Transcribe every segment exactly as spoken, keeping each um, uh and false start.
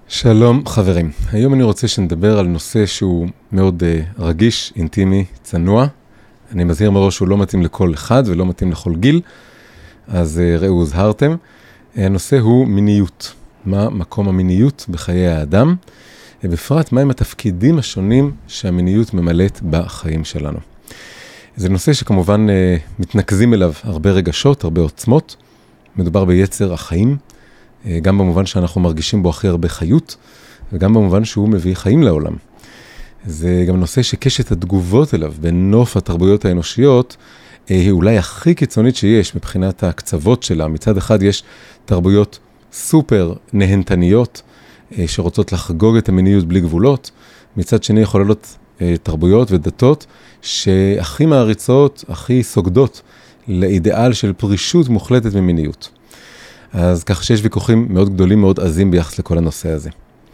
שלום חברים, היום אני רוצה שנדבר על נושא שהוא מאוד uh, רגיש, אינטימי, צנוע. אני מזהיר מראש שהוא לא מתאים לכל אחד ולא מתאים לכל גיל, אז uh, ראו הוזהרתם. הנושא הוא מיניות, מה מקום המיניות בחיי האדם, בפרט מהם התפקידים השונים שהמיניות ממלאת בחיים שלנו. זה נושא שכמובן uh, מתנקזים אליו הרבה רגשות, הרבה עוצמות, מדובר ביצר החיים, גם במובן שאנחנו מרגישים בו הכי הרבה חיות, וגם במובן שהוא מביא חיים לעולם. זה גם נושא שקשת התגובות אליו, בנוף התרבויות האנושיות, היא אולי הכי קיצונית שיש מבחינת הקצוות שלה. מצד אחד יש תרבויות סופר נהנתניות, שרוצות לחגוג את המיניות בלי גבולות. מצד שני יכולה להיות תרבויות ודתות, שהכי מעריצות, הכי סוגדות, לאידאל של פרישות מוחלטת ממיניות. אז כך שיש ויכוחים מאוד גדולים, מאוד עזים ביחס לכל הנושא הזה.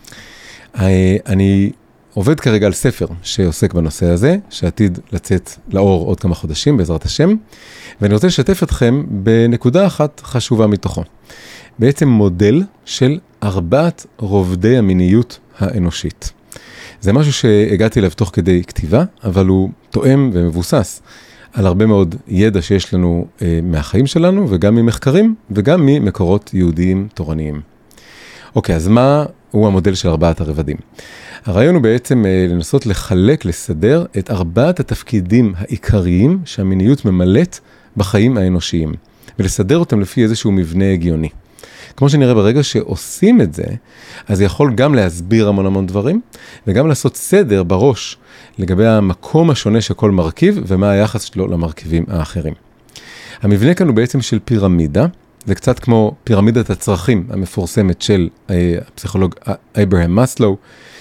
אני עובד כרגע על ספר שעוסק בנושא הזה, שעתיד לצאת לאור עוד כמה חודשים בעזרת השם, ואני רוצה לשתף אתכם בנקודה אחת חשובה מתוכו. בעצם מודל של ארבעת רובדי המיניות האנושית. זה משהו שהגעתי אליו תוך כדי כתיבה, אבל הוא תואם ומבוסס על הרבה מאוד ידע שיש לנו אה, מהחיים שלנו, וגם ממחקרים, וגם ממקורות יהודיים תורניים. אוקיי, אז מה הוא המודל של ארבעת הרבדים? הרעיון הוא בעצם אה, לנסות לחלק, לסדר את ארבעת התפקידים העיקריים שהמיניות ממלאת בחיים האנושיים, ולסדר אותם לפי איזשהו מבנה הגיוני. כמו שנראה ברגע שעושים את זה, אז יכול גם להסביר המון המון דברים, וגם לעשות סדר בראש לגבי המקום השונה שכל מרכיב, ומה היחס שלו למרכיבים האחרים. המבנה כאן הוא בעצם של פירמידה, זה קצת כמו פירמידת הצרכים המפורסמת של הפסיכולוג אברהם מאסלו,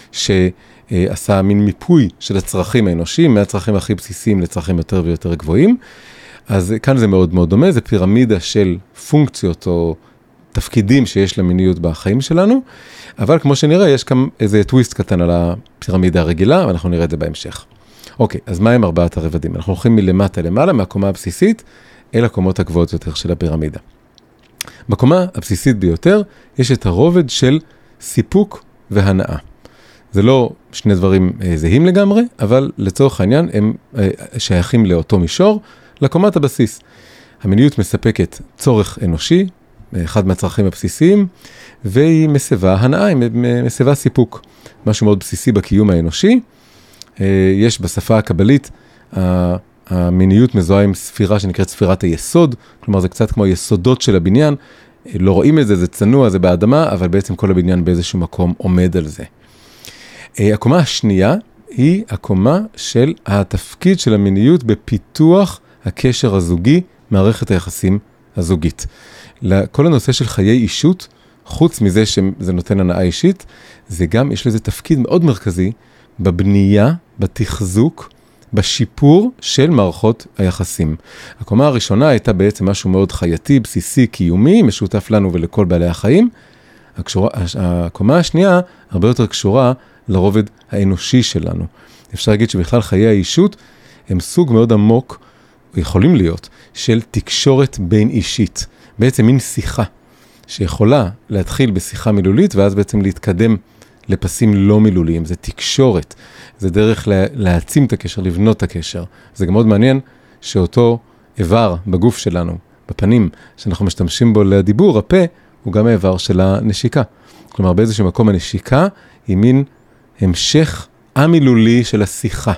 שעשה מין מיפוי של הצרכים האנושיים, מהצרכים הכי בסיסיים לצרכים יותר ויותר גבוהים. אז כאן זה מאוד מאוד דומה, זה פירמידה של פונקציות או תפקידים שיש למיניות בחיים שלנו, אבל כמו שנראה, יש כאן איזה טוויסט קטן על הפירמידה הרגילה, ואנחנו נראה את זה בהמשך. אוקיי, אז מה הם ארבעת הרבדים? אנחנו הולכים מלמטה למעלה, מהקומה הבסיסית, אל הקומות הגבוהות יותר של הפירמידה. בקומה הבסיסית ביותר, יש את הרובד של סיפוק והנאה. זה לא שני דברים זהים לגמרי, אבל לצורך העניין הם שייכים לאותו מישור, לקומת הבסיס. המיניות מספקת צורך אנושי, אחד מהצרכים הבסיסיים, והיא מסבה הנאה, היא מסבה סיפוק. משהו מאוד בסיסי בקיום האנושי. יש בשפה הקבלית, המיניות מזוהה עם ספירה שנקראת ספירת היסוד, כלומר זה קצת כמו היסודות של הבניין, לא רואים את זה, זה צנוע, זה באדמה, אבל בעצם כל הבניין באיזשהו מקום עומד על זה. הקומה השנייה היא הקומה של התפקיד של המיניות בפיתוח הקשר הזוגי, מערכת היחסים הזוגית. לכל הנושא של חיי אישות, חוץ מזה שזה נותן הנאה אישית, זה גם, יש לזה תפקיד מאוד מרכזי בבנייה, בתחזוק, בשיפור של מערכות היחסים. הקומה הראשונה הייתה בעצם משהו מאוד חייתי, בסיסי, קיומי, משותף לנו ולכל בעלי החיים. הקשורה, הקומה השנייה הרבה יותר קשורה לרובד האנושי שלנו. אפשר להגיד שבכלל חיי האישות הם סוג מאוד עמוק, יכולים להיות, של תקשורת בין אישית. בעצם מין שיחה שיכולה להתחיל בשיחה מילולית, ואז בעצם להתקדם לפסים לא מילוליים. זה תקשורת, זה דרך להעצים את הקשר, לבנות את הקשר. זה גם מאוד מעניין שאותו איבר בגוף שלנו, בפנים, שאנחנו משתמשים בו לדיבור, הפה, הוא גם האיבר של הנשיקה. כלומר, באיזשהו מקום הנשיקה היא מין המשך המילולי של השיחה.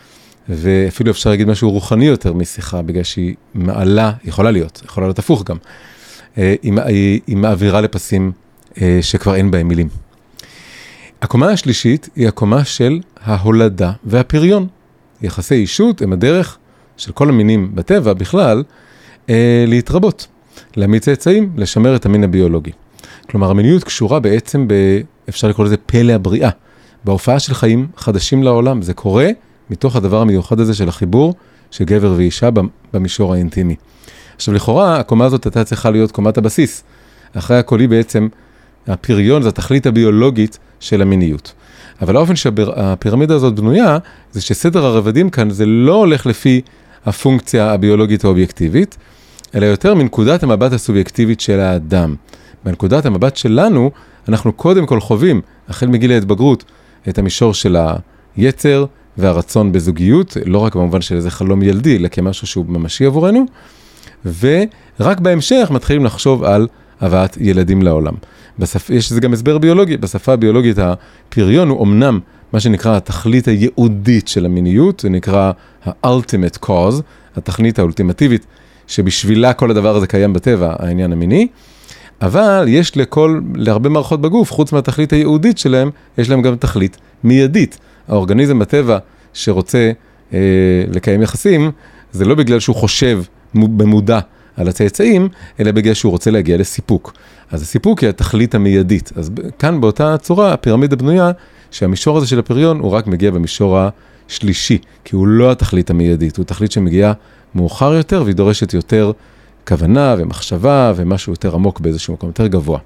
ואפילו אפשר להגיד משהו רוחני יותר משיחה, בגלל שהיא מעלה, יכולה להיות, יכולה להיות הפוך גם. היא, היא, היא מעבירה לפסים שכבר אין בהם מילים. הקומה השלישית היא הקומה של ההולדה והפריון. יחסי אישות הם הדרך של כל המינים בטבע בכלל להתרבות, להעמיד צאצאים, לשמר את המין הביולוגי. כלומר, המיניות קשורה בעצם, ב, אפשר לקרוא לזה פלא הבריאה, בהופעה של חיים חדשים לעולם. זה קורה מתוך הדבר המיוחד הזה של החיבור של גבר ואישה במישור האינטימי. עכשיו, לכאורה, הקומה הזאת הייתה צריכה להיות קומת הבסיס. אחרי הכל היא בעצם, הפריון זה התכלית הביולוגית של המיניות. אבל האופן שהפירמידה הזאת בנויה, זה שסדר הרבדים כאן זה לא הולך לפי הפונקציה הביולוגית האובייקטיבית, אלא יותר מנקודת המבט הסובייקטיבית של האדם. בנקודת המבט שלנו, אנחנו קודם כל חווים, החל מגיל ההתבגרות, את המישור של היצר והרצון בזוגיות, לא רק במובן של איזה חלום ילדי, אלא כמשהו שהוא ממשי עבורנו, ורק בהמשך מתחילים לחשוב על הבאת ילדים לעולם. בשפ... יש זה גם הסבר ביולוגי, בשפה הביולוגית הפריון הוא אמנם מה שנקרא התכלית הייעודית של המיניות, זה נקרא ה-ultimate cause, התכלית האולטימטיבית, שבשבילה כל הדבר הזה קיים בטבע, העניין המיני, אבל יש לכל, להרבה מערכות בגוף, חוץ מהתכלית הייעודית שלהם, יש להם גם תכלית מיידית. האורגניזם בטבע שרוצה אה, לקיים יחסים, זה לא בגלל שהוא חושב במודע על הצאצאים, אלא בגלל שהוא רוצה להגיע לסיפוק. אז הסיפוק היא התכלית המיידית. אז כאן באותה צורה, הפירמידה בנויה, שהמישור הזה של הפריון הוא רק מגיע במישור השלישי, כי הוא לא התכלית המיידית, הוא תכלית שמגיעה מאוחר יותר, והיא דורשת יותר כוונה ומחשבה, ומשהו יותר עמוק באיזשהו מקום, יותר גבוה.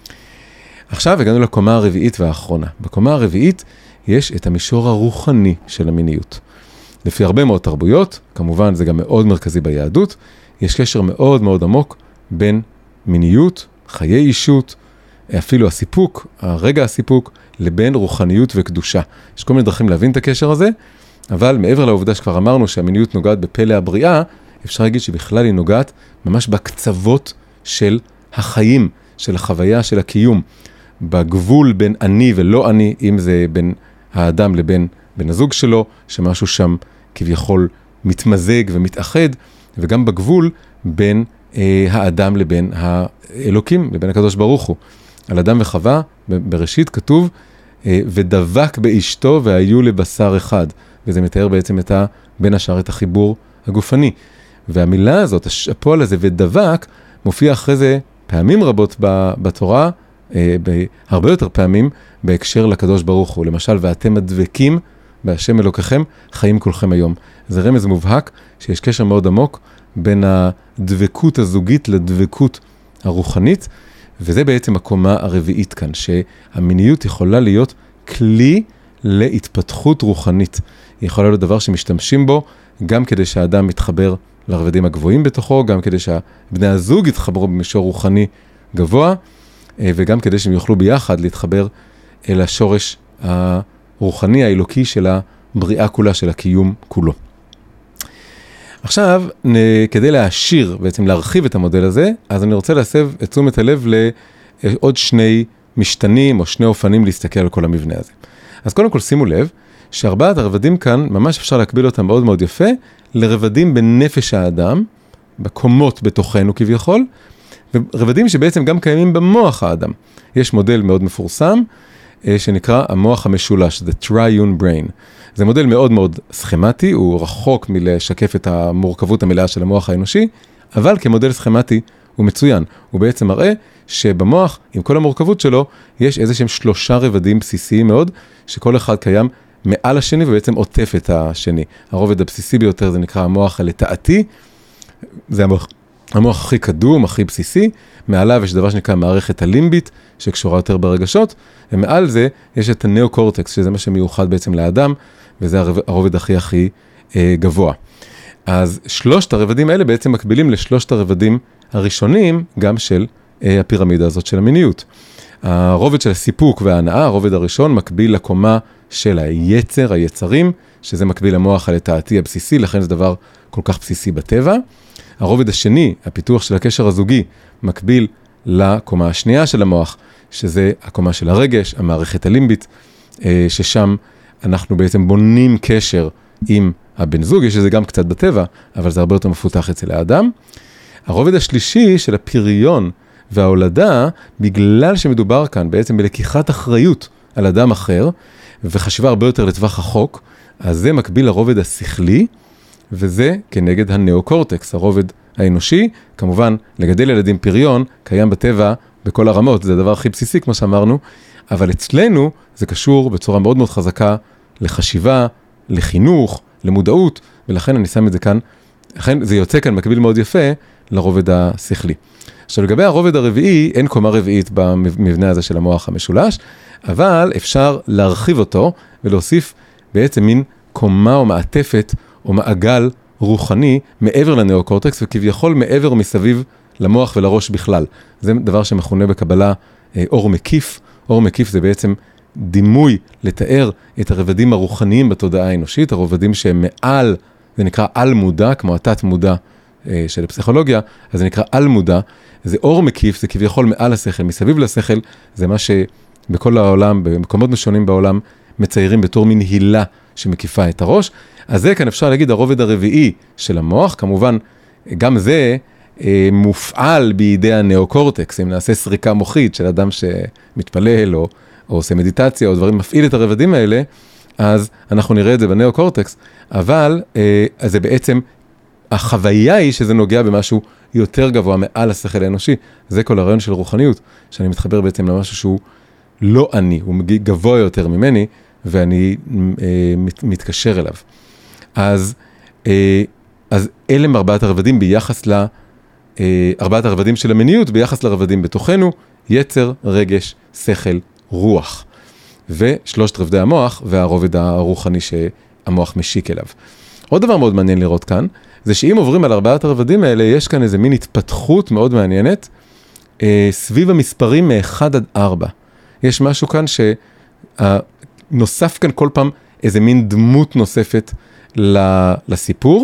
עכשיו הגענו לקומה הרביעית והאחרונה. בקומה הרביעית יש את המישור הרוחני של המיניות. לפי הרבה מאוד תרבויות, כמובן זה גם מאוד מרכזי ביהדות, יש קשר מאוד מאוד עמוק בין מיניות, חיי אישות, אפילו הסיפוק, הרגע הסיפוק, לבין רוחניות וקדושה. יש כל מיני דרכים להבין את הקשר הזה, אבל מעבר לעובדה שכבר אמרנו שהמיניות נוגעת בפלא הבריאה, אפשר להגיד שבכלל היא נוגעת ממש בקצוות של החיים, של החוויה, של הקיום, בגבול בין אני ולא אני, אם זה בין האדם לבין בן הזוג שלו, שמשהו שם כביכול מתמזג ומתאחד, וגם בגבול בין אה, האדם לבין האלוקים, לבין הקדוש ברוך הוא. על אדם וחווה, בראשית כתוב, אה, ודבק באשתו והיו לבשר אחד. וזה מתאר בעצם את ה, בין השאר את החיבור הגופני. והמילה הזאת, הפועל הזה ודבק, מופיע אחרי זה פעמים רבות בתורה, אה, הרבה יותר פעמים, בהקשר לקדוש ברוך הוא. למשל, ואתם הדבקים בהשם אלוקיכם, חיים כולכם היום. זה רמז מובהק שיש קשר מאוד עמוק בין הדבקות הזוגית לדבקות הרוחנית, וזה בעצם הקומה הרביעית כאן, שהמיניות יכולה להיות כלי להתפתחות רוחנית. היא יכולה להיות דבר שמשתמשים בו, גם כדי שהאדם מתחבר לרבדים הגבוהים בתוכו, גם כדי שבני הזוג יתחברו במישור רוחני גבוה, וגם כדי שהם יוכלו ביחד להתחבר אל השורש הרוחני האלוקי של הבריאה כולה, של הקיום כולו. עכשיו, כדי להעשיר, בעצם להרחיב את המודל הזה, אז אני רוצה להסב את תשומת הלב לעוד שני משתנים או שני אופנים להסתכל על כל המבנה הזה. אז קודם כל שימו לב, שארבעת הרבדים כאן, ממש אפשר להקביל אותם מאוד מאוד יפה, לרבדים בנפש האדם, בקומות בתוכנו כביכול, ורבדים שבעצם גם קיימים במוח האדם. יש מודל מאוד מפורסם, שנקרא המוח המשולש, the triune brain. זה מודל מאוד מאוד סכמטי, הוא רחוק מלשקף את המורכבות המלאה של המוח האנושי, אבל כמודל סכמטי הוא מצוין. הוא בעצם מראה שבמוח, עם כל המורכבות שלו, יש איזה שהם שלושה רבדים בסיסיים מאוד, שכל אחד קיים מעל השני ובעצם עוטף את השני. הרובד הבסיסי ביותר זה נקרא המוח הלטאתי, זה המוח, המוח הכי קדום, הכי בסיסי, מעליו יש דבר שנקרא מערכת הלימבית, שקשורה יותר ברגשות, ומעל זה יש את הנאו-קורטקס, שזה מה שמיוחד בעצם לאדם, וזה הרובד הכי הכי אה, גבוה. אז שלושת הרבדים האלה בעצם מקבילים לשלושת הרבדים הראשונים, גם של אה, הפירמידה הזאת של המיניות. הרובד של הסיפוק וההנאה, הרובד הראשון, מקביל לקומה של היצר, היצרים, שזה מקביל למוח הלטאתי הבסיסי, לכן זה דבר כל כך בסיסי בטבע. הרובד השני, הפיתוח של הקשר הזוגי, מקביל לקומה השנייה של המוח, שזה הקומה של הרגש, המערכת הלימבית, ששם אנחנו בעצם בונים קשר עם הבן זוג, יש את זה גם קצת בטבע, אבל זה הרבה יותר מפותח אצל האדם. הרובד השלישי של הפריון וההולדה, בגלל שמדובר כאן בעצם בלקיחת אחריות על אדם אחר, וחשיבה הרבה יותר לטווח רחוק, אז זה מקביל לרובד השכלי, וזה כנגד הנאו-קורטקס, הרובד האנושי. כמובן, לגדל ילדים פריון, קיים בטבע בכל הרמות, זה הדבר הכי בסיסי כמו שאמרנו, אבל אצלנו זה קשור בצורה מאוד מאוד חזקה לחשיבה, לחינוך, למודעות, ולכן אני שם את זה כאן, לכן זה יוצא כאן מקביל מאוד יפה לרובד השכלי. עכשיו לגבי הרובד הרביעי, אין קומה רביעית במבנה הזה של המוח המשולש, אבל אפשר להרחיב אותו ולהוסיף בעצם מין קומה או מעטפת או מעגל רוחני מעבר לנאו-קורטקס, וכביכול מעבר מסביב למוח ולראש בכלל. זה דבר שמכונה בקבלה אור מקיף, אור מקיף זה בעצם דימוי לתאר את הרבדים הרוחניים בתודעה האנושית, הרבדים שהם מעל, זה נקרא על מודע, כמו התת מודע אה, של הפסיכולוגיה, אז זה נקרא על מודע, זה אור מקיף, זה כביכול מעל השכל, מסביב לשכל, זה מה שבכל העולם, במקומות משונים בעולם, מציירים בתור מין הילה שמקיפה את הראש. אז זה כאן אפשר להגיד הרובד הרביעי של המוח, כמובן גם זה אה, מופעל בידי הנאוקורטקס, אם נעשה סריקה מוחית של אדם שמתפלל או, או עושה מדיטציה או דברים, מפעיל את הרבדים האלה, אז אנחנו נראה את זה בנאוקורטקס, אבל אה, אז זה בעצם, החוויה היא שזה נוגע במשהו יותר גבוה מעל השכל האנושי, זה כל הרעיון של רוחניות, שאני מתחבר בעצם למשהו שהוא לא אני, הוא גבוה יותר ממני, ואני אה, מת, מתקשר אליו. אז, אה, אז אלה הם ארבעת הרבדים ביחס ל... אה, ארבעת הרבדים של המיניות ביחס לרבדים בתוכנו, יצר, רגש, שכל, רוח. ושלושת רבדי המוח והרובד הרוחני שהמוח משיק אליו. עוד דבר מאוד מעניין לראות כאן, זה שאם עוברים על ארבעת הרבדים האלה, יש כאן איזה מין התפתחות מאוד מעניינת, אה, סביב המספרים מ-אחד עד ארבע. יש משהו כאן שנוסף כאן כל פעם איזה מין דמות נוספת לסיפור,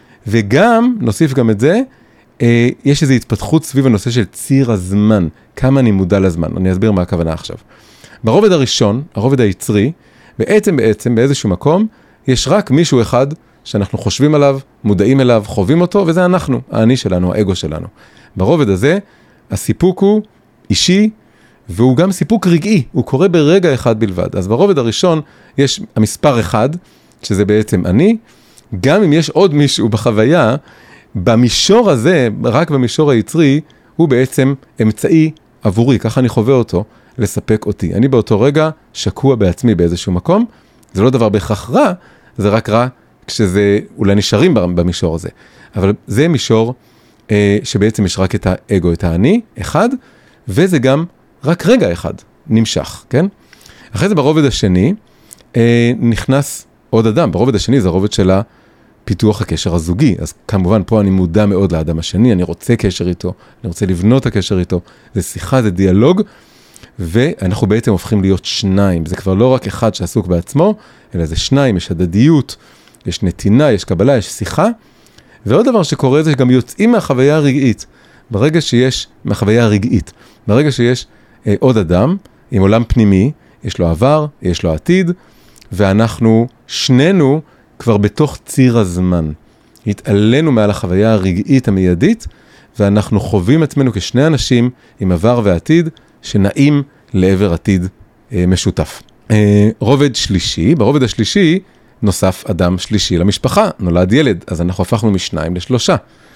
וגם, נוסיף גם את זה, יש איזו התפתחות סביב הנושא של ציר הזמן, כמה אני מודע לזמן, אני אסביר מה הכוונה עכשיו. ברובד הראשון, הרובד היצרי, בעצם בעצם באיזשהו מקום, יש רק מישהו אחד שאנחנו חושבים עליו, מודעים אליו, חווים אותו, וזה אנחנו, האני שלנו, האגו שלנו. ברובד הזה, הסיפוק הוא אישי, והוא גם סיפוק רגעי, הוא קורה ברגע אחד בלבד. אז ברובד הראשון יש המספר אחד, שזה בעצם אני, גם אם יש עוד מישהו בחוויה, במישור הזה, רק במישור היצרי, הוא בעצם אמצעי עבורי, ככה אני חווה אותו, לספק אותי. אני באותו רגע שקוע בעצמי באיזשהו מקום, זה לא דבר בהכרח רע, זה רק רע כשזה אולי נשארים במישור הזה. אבל זה מישור אה, שבעצם יש רק את האגו, את האני, אחד, וזה גם רק רגע אחד נמשך, כן? אחרי זה ברובד השני אה, נכנס עוד אדם, ברובד השני זה הרובד של פיתוח הקשר הזוגי, אז כמובן פה אני מודע מאוד לאדם השני, אני רוצה קשר איתו, אני רוצה לבנות את הקשר איתו, זה שיחה, זה דיאלוג, ואנחנו בעצם הופכים להיות שניים, זה כבר לא רק אחד שעסוק בעצמו, אלא זה שניים, יש הדדיות, יש נתינה, יש קבלה, יש שיחה, ועוד דבר שקורה זה שגם יוצאים מהחוויה הרגעית, ברגע שיש, מהחוויה הרגעית, ברגע שיש אה, עוד אדם עם עולם פנימי, יש לו עבר, יש לו עתיד, ואנחנו שנינו כבר בתוך ציר הזמן. התעלנו מעל החוויה הרגעית המיידית, ואנחנו חווים עצמנו כשני אנשים עם עבר ועתיד, שנעים לעבר עתיד אה, משותף. אה, רובד שלישי, ברובד השלישי נוסף אדם שלישי למשפחה, נולד ילד, אז אנחנו הפכנו משניים לשלושה.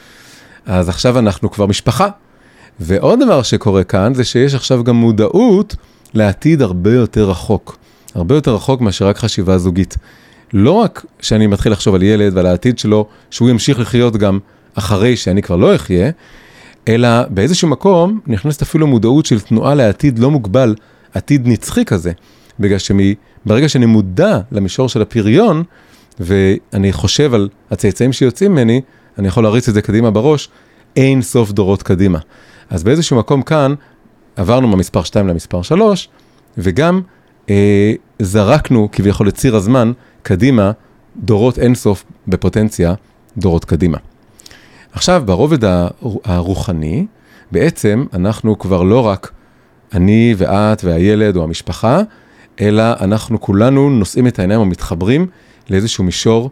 אז עכשיו אנחנו כבר משפחה. ועוד דבר שקורה כאן זה שיש עכשיו גם מודעות לעתיד הרבה יותר רחוק. הרבה יותר רחוק מאשר רק חשיבה זוגית. לא רק שאני מתחיל לחשוב על ילד ועל העתיד שלו, שהוא ימשיך לחיות גם אחרי שאני כבר לא אחיה, אלא באיזשהו מקום נכנסת אפילו מודעות של תנועה לעתיד לא מוגבל, עתיד נצחי כזה. בגלל שברגע שאני מודע למישור של הפריון, ואני חושב על הצאצאים שיוצאים ממני, אני יכול להריץ את זה קדימה בראש, אין סוף דורות קדימה. אז באיזשהו מקום כאן, עברנו מהמספר שתיים למספר שלוש, וגם אה, זרקנו כביכול לציר הזמן, קדימה, דורות אינסוף בפוטנציה, דורות קדימה. עכשיו, ברובד הרוחני, בעצם אנחנו כבר לא רק אני ואת והילד או המשפחה, אלא אנחנו כולנו נושאים את העיניים ומתחברים לאיזשהו מישור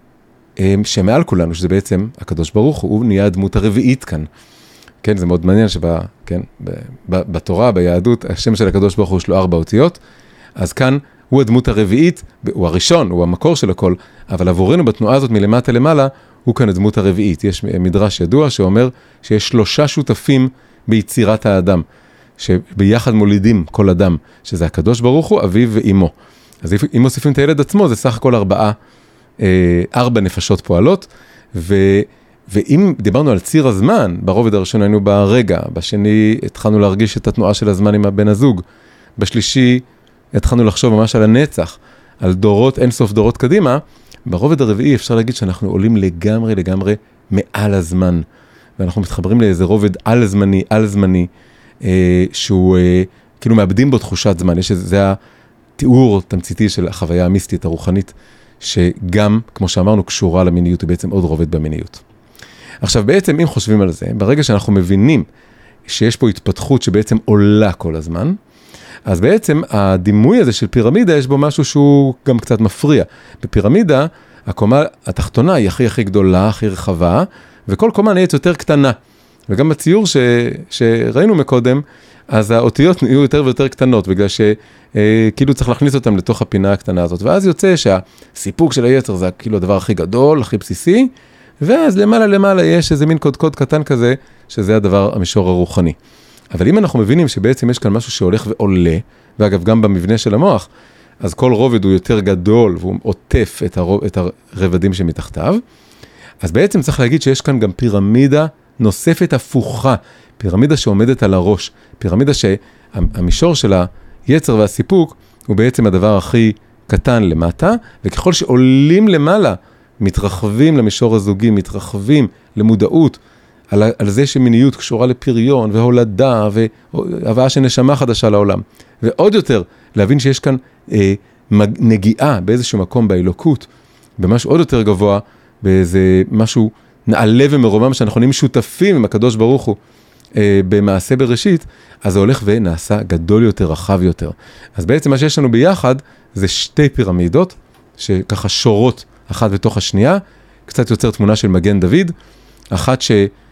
שמעל כולנו, שזה בעצם הקדוש ברוך הוא, הוא נהיה הדמות הרביעית כאן. כן, זה מאוד מעניין שבה, כן, בתורה, ביהדות, השם של הקדוש ברוך הוא יש לו ארבע אותיות, אז כאן הוא הדמות הרביעית, הוא הראשון, הוא המקור של הכל, אבל עבורנו בתנועה הזאת מלמטה למעלה, הוא כאן הדמות הרביעית. יש מדרש ידוע שאומר שיש שלושה שותפים ביצירת האדם, שביחד מולידים כל אדם, שזה הקדוש ברוך הוא, אביו ואימו. אז אם מוסיפים את הילד עצמו, זה סך הכל ארבעה, ארבע נפשות פועלות, ו, ואם דיברנו על ציר הזמן, ברובד הראשון היינו ברגע, בשני התחלנו להרגיש את התנועה של הזמן עם הבן הזוג, בשלישי התחלנו לחשוב ממש על הנצח, על דורות, אין סוף דורות קדימה, ברובד הרביעי אפשר להגיד שאנחנו עולים לגמרי לגמרי מעל הזמן, ואנחנו מתחברים לאיזה רובד על זמני, על זמני, אה, שהוא אה, כאילו מאבדים בו תחושת זמן, יש, זה התיאור תמציתי של החוויה המיסטית הרוחנית, שגם, כמו שאמרנו, קשורה למיניות, היא בעצם עוד רובד במיניות. עכשיו בעצם אם חושבים על זה, ברגע שאנחנו מבינים שיש פה התפתחות שבעצם עולה כל הזמן, אז בעצם הדימוי הזה של פירמידה יש בו משהו שהוא גם קצת מפריע. בפירמידה, הקומה התחתונה היא הכי הכי גדולה, הכי רחבה, וכל קומה נהיית יותר קטנה. וגם בציור ש, שראינו מקודם, אז האותיות נהיו יותר ויותר קטנות, בגלל שכאילו צריך להכניס אותם לתוך הפינה הקטנה הזאת. ואז יוצא שהסיפוק של היצר זה כאילו הדבר הכי גדול, הכי בסיסי, ואז למעלה למעלה יש איזה מין קודקוד קטן כזה, שזה הדבר המישור הרוחני. אבל אם אנחנו מבינים שבעצם יש כאן משהו שהולך ועולה, ואגב גם במבנה של המוח, אז כל רובד הוא יותר גדול, והוא עוטף את, הרוב, את הרבדים שמתחתיו, אז בעצם צריך להגיד שיש כאן גם פירמידה נוספת הפוכה, פירמידה שעומדת על הראש, פירמידה שהמישור של היצר והסיפוק, הוא בעצם הדבר הכי קטן למטה, וככל שעולים למעלה, מתרחבים למישור הזוגי, מתרחבים למודעות, על, על זה שמיניות קשורה לפריון והולדה והבאה של נשמה חדשה לעולם. ועוד יותר, להבין שיש כאן אה, נגיעה באיזשהו מקום באלוקות, במשהו עוד יותר גבוה, באיזה משהו נעלה ומרומם שאנחנו נהיים שותפים עם הקדוש ברוך הוא אה, במעשה בראשית, אז זה הולך ונעשה גדול יותר, רחב יותר. אז בעצם מה שיש לנו ביחד זה שתי פירמידות שככה שורות אחת בתוך השנייה, קצת יוצר תמונה של מגן דוד, אחת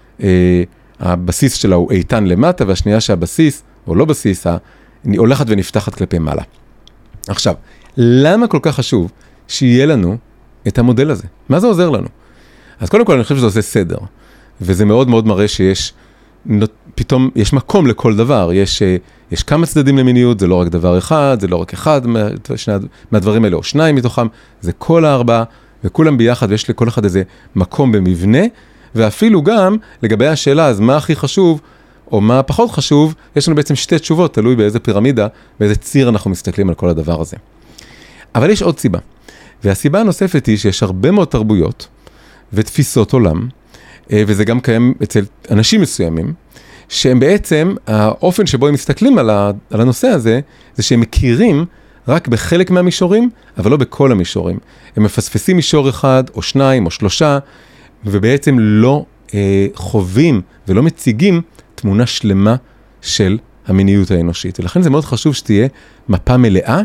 שהבסיס שלה הוא איתן למטה, והשנייה שהבסיס, או לא בסיס, היא הולכת ונפתחת כלפי מעלה. עכשיו, למה כל כך חשוב שיהיה לנו את המודל הזה? מה זה עוזר לנו? אז קודם כל אני חושב שזה עושה סדר, וזה מאוד מאוד מראה שיש, פתאום יש מקום לכל דבר, יש, יש כמה צדדים למיניות, זה לא רק דבר אחד, זה לא רק אחד מה, שני, מהדברים האלה, או שניים מתוכם, זה כל הארבעה, וכולם ביחד, ויש לכל אחד איזה מקום במבנה, ואפילו גם לגבי השאלה, אז מה הכי חשוב, או מה פחות חשוב, יש לנו בעצם שתי תשובות, תלוי באיזה פירמידה, באיזה ציר אנחנו מסתכלים על כל הדבר הזה. אבל יש עוד סיבה, והסיבה הנוספת היא שיש הרבה מאוד תרבויות, ותפיסות עולם, וזה גם קיים אצל אנשים מסוימים, שהם בעצם, האופן שבו הם מסתכלים על, ה, על הנושא הזה, זה שהם מכירים רק בחלק מהמישורים, אבל לא בכל המישורים. הם מפספסים מישור אחד, או שניים, או שלושה, ובעצם לא אה, חווים ולא מציגים תמונה שלמה של המיניות האנושית. ולכן זה מאוד חשוב שתהיה מפה מלאה,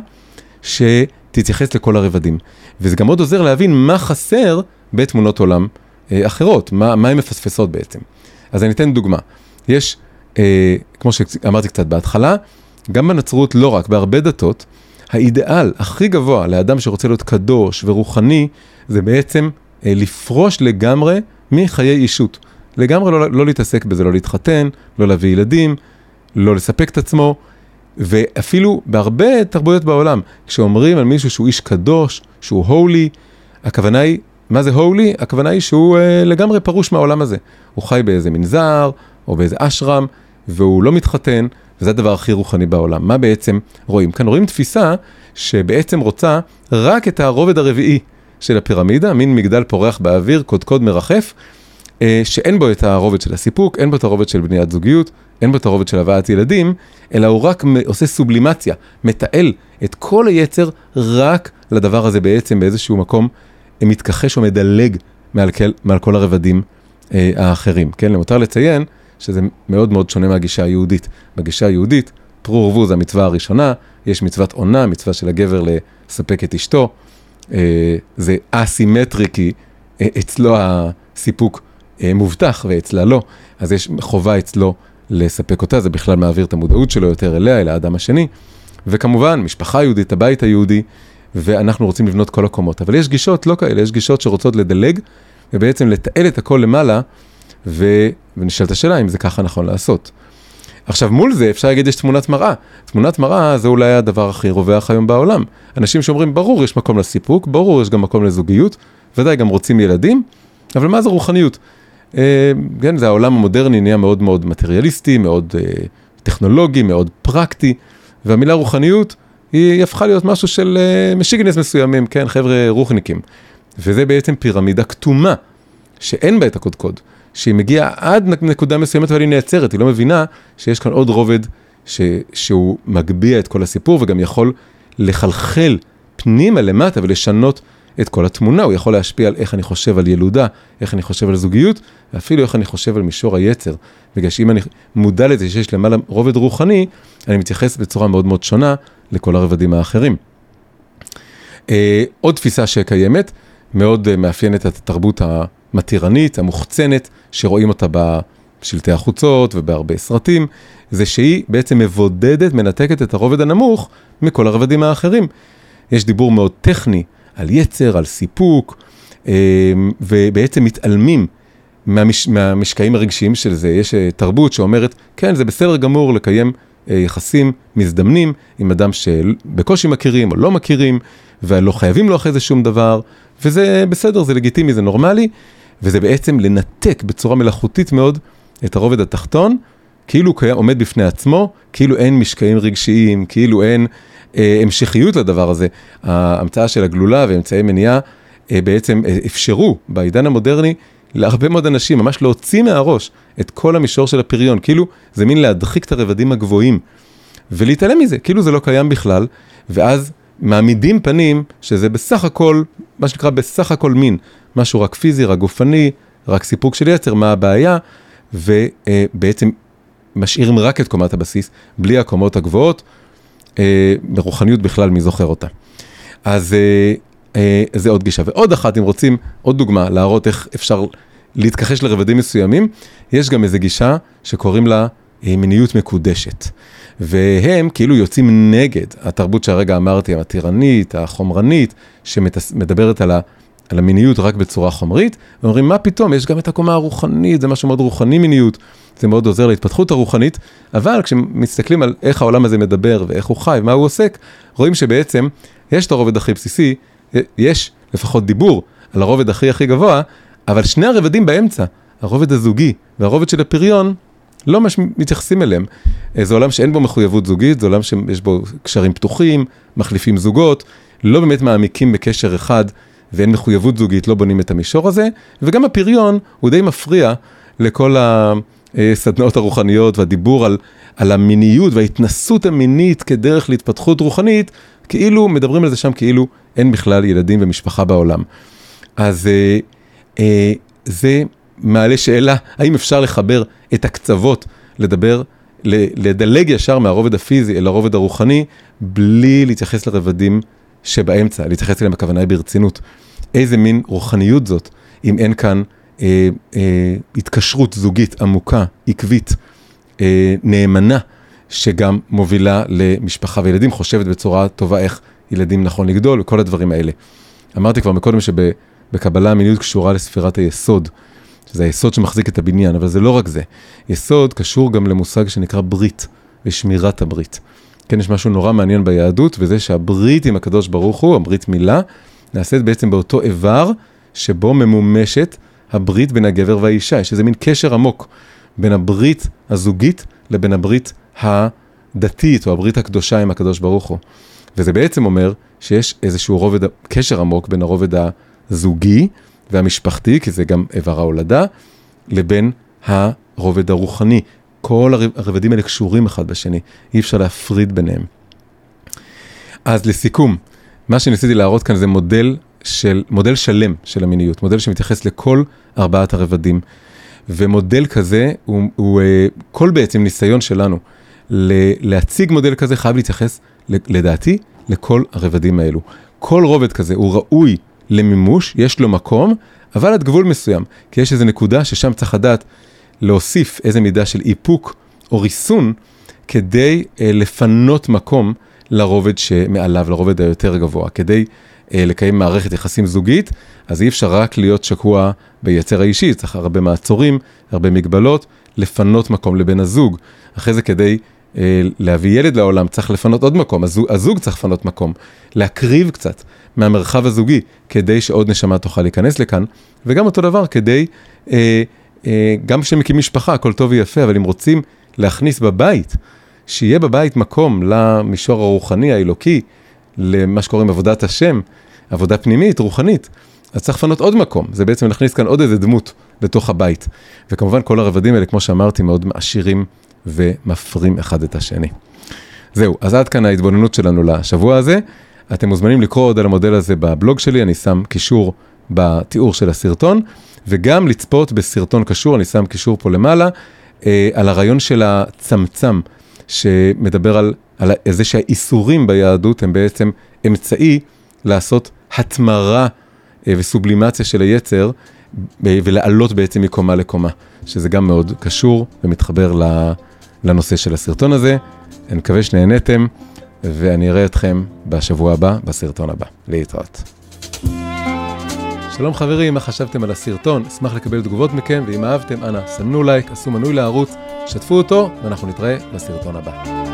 שתתייחס לכל הרבדים. וזה גם מאוד עוזר להבין מה חסר בתמונות עולם אה, אחרות, מה, מה הן מפספסות בעצם. אז אני אתן דוגמה. יש, אה, כמו שאמרתי קצת בהתחלה, גם בנצרות, לא רק, בהרבה דתות, האידאל הכי גבוה לאדם שרוצה להיות קדוש ורוחני, זה בעצם אה, לפרוש לגמרי מחיי אישות. לגמרי לא, לא להתעסק בזה, לא להתחתן, לא להביא ילדים, לא לספק את עצמו, ואפילו בהרבה תרבויות בעולם, כשאומרים על מישהו שהוא איש קדוש, שהוא הולי, הכוונה היא, מה זה הולי? הכוונה היא שהוא אה, לגמרי פרוש מהעולם הזה. הוא חי באיזה מנזר, או באיזה אשרם, והוא לא מתחתן, וזה הדבר הכי רוחני בעולם. מה בעצם רואים? כאן רואים תפיסה שבעצם רוצה רק את הרובד הרביעי של הפירמידה, מין מגדל פורח באוויר, קודקוד מרחף, שאין בו את הרובד של הסיפוק, אין בו את הרובד של בניית זוגיות, אין בו את הרובד של הבאת ילדים, אלא הוא רק עושה סובלימציה, מתעל את כל היצר רק לדבר הזה בעצם באיזשהו מקום, מתכחש או מדלג מעל, מעל כל הרבדים אה, האחרים. כן, למותר לציין שזה מאוד מאוד שונה מהגישה היהודית. בגישה היהודית, פרו ורבו זה המצווה הראשונה, יש מצוות עונה, מצווה של הגבר לספק את אשתו, אה, זה אסימטרי כי אה, אצלו הסיפוק אה, מובטח ואצלה לא, אז יש חובה אצלו לספק אותה, זה בכלל מעביר את המודעות שלו יותר אליה, אל האדם השני, וכמובן משפחה יהודית, הבית היהודי, ואנחנו רוצים לבנות כל הקומות. אבל יש גישות לא כאלה, יש גישות שרוצות לדלג, ובעצם לתעל את הכל למעלה, ו... ונשאלת השאלה אם זה ככה נכון לעשות. עכשיו מול זה אפשר להגיד יש תמונת מראה. תמונת מראה זה אולי הדבר הכי רווח היום בעולם. אנשים שאומרים ברור יש מקום לסיפוק, ברור יש גם מקום לזוגיות, ודאי גם רוצים ילדים, אבל מה זה רוחניות? אה, כן, זה העולם המודרני נהיה מאוד מאוד מטריאליסטי, מאוד אה, טכנולוגי, מאוד פרקטי, והמילה רוחניות היא הפכה להיות משהו של uh, משיגנס מסוימים, כן, חבר'ה רוחניקים. וזה בעצם פירמידה כתומה, שאין בה את הקודקוד, שהיא מגיעה עד נקודה מסוימת, אבל היא נעצרת, היא לא מבינה שיש כאן עוד רובד ש, שהוא מגביע את כל הסיפור, וגם יכול לחלחל פנימה למטה ולשנות את כל התמונה. הוא יכול להשפיע על איך אני חושב על ילודה, איך אני חושב על זוגיות, ואפילו איך אני חושב על מישור היצר. בגלל שאם אני מודע לזה שיש למעלה רובד רוחני, אני מתייחס בצורה מאוד מאוד שונה לכל הרבדים האחרים. אה, עוד תפיסה שקיימת, מאוד מאפיינת את התרבות המתירנית, המוחצנת, שרואים אותה בשלטי החוצות ובהרבה סרטים, זה שהיא בעצם מבודדת, מנתקת את הרובד הנמוך מכל הרבדים האחרים. יש דיבור מאוד טכני על יצר, על סיפוק, ובעצם מתעלמים מהמש, מהמשקעים הרגשיים של זה. יש תרבות שאומרת, כן, זה בסדר גמור לקיים יחסים מזדמנים עם אדם שבקושי מכירים או לא מכירים, ולא חייבים לו אחרי זה שום דבר, וזה בסדר, זה לגיטימי, זה נורמלי, וזה בעצם לנתק בצורה מלאכותית מאוד את הרובד התחתון, כאילו הוא עומד בפני עצמו, כאילו אין משקעים רגשיים, כאילו אין אה, המשכיות לדבר הזה. ההמצאה של הגלולה ואמצעי מניעה אה, בעצם אה, אפשרו בעידן המודרני להרבה מאוד אנשים ממש להוציא מהראש את כל המישור של הפריון, כאילו זה מין להדחיק את הרבדים הגבוהים, ולהתעלם מזה, כאילו זה לא קיים בכלל, ואז מעמידים פנים שזה בסך הכל, מה שנקרא בסך הכל מין, משהו רק פיזי, רק גופני, רק סיפוק של יצר, מה הבעיה, ובעצם משאירים רק את קומת הבסיס, בלי הקומות הגבוהות, ברוחניות בכלל מי זוכר אותה. אז זה עוד גישה. ועוד אחת, אם רוצים, עוד דוגמה, להראות איך אפשר להתכחש לרבדים מסוימים, יש גם איזו גישה שקוראים לה מיניות מקודשת. והם כאילו יוצאים נגד התרבות שהרגע אמרתי, המתירנית, החומרנית, שמדברת על, ה, על המיניות רק בצורה חומרית, ואומרים, מה פתאום, יש גם את הקומה הרוחנית, זה משהו מאוד רוחני מיניות, זה מאוד עוזר להתפתחות הרוחנית, אבל כשמסתכלים על איך העולם הזה מדבר, ואיך הוא חי, ומה הוא עוסק, רואים שבעצם יש את הרובד הכי בסיסי, יש לפחות דיבור על הרובד הכי הכי גבוה, אבל שני הרבדים באמצע, הרובד הזוגי והרובד של הפריון, לא ממש מתייחסים אליהם. זה עולם שאין בו מחויבות זוגית, זה עולם שיש בו קשרים פתוחים, מחליפים זוגות, לא באמת מעמיקים בקשר אחד, ואין מחויבות זוגית, לא בונים את המישור הזה, וגם הפריון הוא די מפריע לכל הסדנאות הרוחניות, והדיבור על, על המיניות וההתנסות המינית כדרך להתפתחות רוחנית, כאילו מדברים על זה שם כאילו אין בכלל ילדים ומשפחה בעולם. אז אה, אה, זה מעלה שאלה, האם אפשר לחבר את הקצוות, לדבר, לדלג ישר מהרובד הפיזי אל הרובד הרוחני, בלי להתייחס לרבדים שבאמצע, להתייחס אליהם הכוונה היא ברצינות. איזה מין רוחניות זאת, אם אין כאן אה, אה, התקשרות זוגית עמוקה, עקבית, אה, נאמנה, שגם מובילה למשפחה וילדים, חושבת בצורה טובה איך ילדים נכון לגדול, וכל הדברים האלה. אמרתי כבר מקודם שבקבלה המיניות קשורה לספירת היסוד, שזה היסוד שמחזיק את הבניין, אבל זה לא רק זה. יסוד קשור גם למושג שנקרא ברית, ושמירת הברית. כן, יש משהו נורא מעניין ביהדות, וזה שהברית עם הקדוש ברוך הוא, הברית מילה, נעשית בעצם באותו איבר, שבו ממומשת הברית בין הגבר והאישה. יש איזה מין קשר עמוק בין הברית הזוגית לבין הברית הדתית, או הברית הקדושה עם הקדוש ברוך הוא. וזה בעצם אומר שיש איזשהו רובד, קשר עמוק בין הרובד הזוגי והמשפחתי, כי זה גם איבר ההולדה, לבין הרובד הרוחני. כל הרבדים האלה קשורים אחד בשני, אי אפשר להפריד ביניהם. אז לסיכום, מה שניסיתי להראות כאן זה מודל, של, מודל שלם של המיניות, מודל שמתייחס לכל ארבעת הרבדים, ומודל כזה הוא, הוא כל בעצם ניסיון שלנו, להציג מודל כזה חייב להתייחס לדעתי לכל הרבדים האלו. כל רובד כזה הוא ראוי למימוש, יש לו מקום, אבל עד גבול מסוים, כי יש איזו נקודה ששם צריך לדעת להוסיף איזו מידה של איפוק או ריסון, כדי אה, לפנות מקום לרובד שמעליו, לרובד היותר גבוה, כדי אה, לקיים מערכת יחסים זוגית, אז אי אפשר רק להיות שקוע ביצר האישי, צריך הרבה מעצורים, הרבה מגבלות, לפנות מקום לבן הזוג. אחרי זה כדי אה, להביא ילד לעולם, צריך לפנות עוד מקום, הזוג, הזוג צריך לפנות מקום, להקריב קצת מהמרחב הזוגי, כדי שעוד נשמה תוכל להיכנס לכאן, וגם אותו דבר כדי, אה, אה, גם כשמקים משפחה, הכל טוב ויפה, אבל אם רוצים להכניס בבית, שיהיה בבית מקום למישור הרוחני, האלוקי, למה שקוראים עבודת השם, עבודה פנימית, רוחנית, אז צריך לפנות עוד מקום, זה בעצם להכניס כאן עוד איזה דמות לתוך הבית, וכמובן כל הרבדים האלה, כמו שאמרתי, מאוד מעשירים ומפרים אחד את השני. זהו, אז עד כאן ההתבוננות שלנו לשבוע הזה. אתם מוזמנים לקרוא עוד על המודל הזה בבלוג שלי, אני שם קישור בתיאור של הסרטון, וגם לצפות בסרטון קשור, אני שם קישור פה למעלה, אה, על הרעיון של הצמצם, שמדבר על, על איזה שהאיסורים ביהדות הם בעצם אמצעי לעשות התמרה אה, וסובלימציה של היצר, אה, ולעלות בעצם מקומה לקומה, שזה גם מאוד קשור ומתחבר לנושא של הסרטון הזה. אני מקווה שנהנתם, ואני אראה אתכם בשבוע הבא, בסרטון הבא. להתראות. שלום חברים, מה חשבתם על הסרטון? אשמח לקבל תגובות מכם, ואם אהבתם, אנא, סמנו לייק, עשו מנוי לערוץ, שתפו אותו, ואנחנו נתראה בסרטון הבא.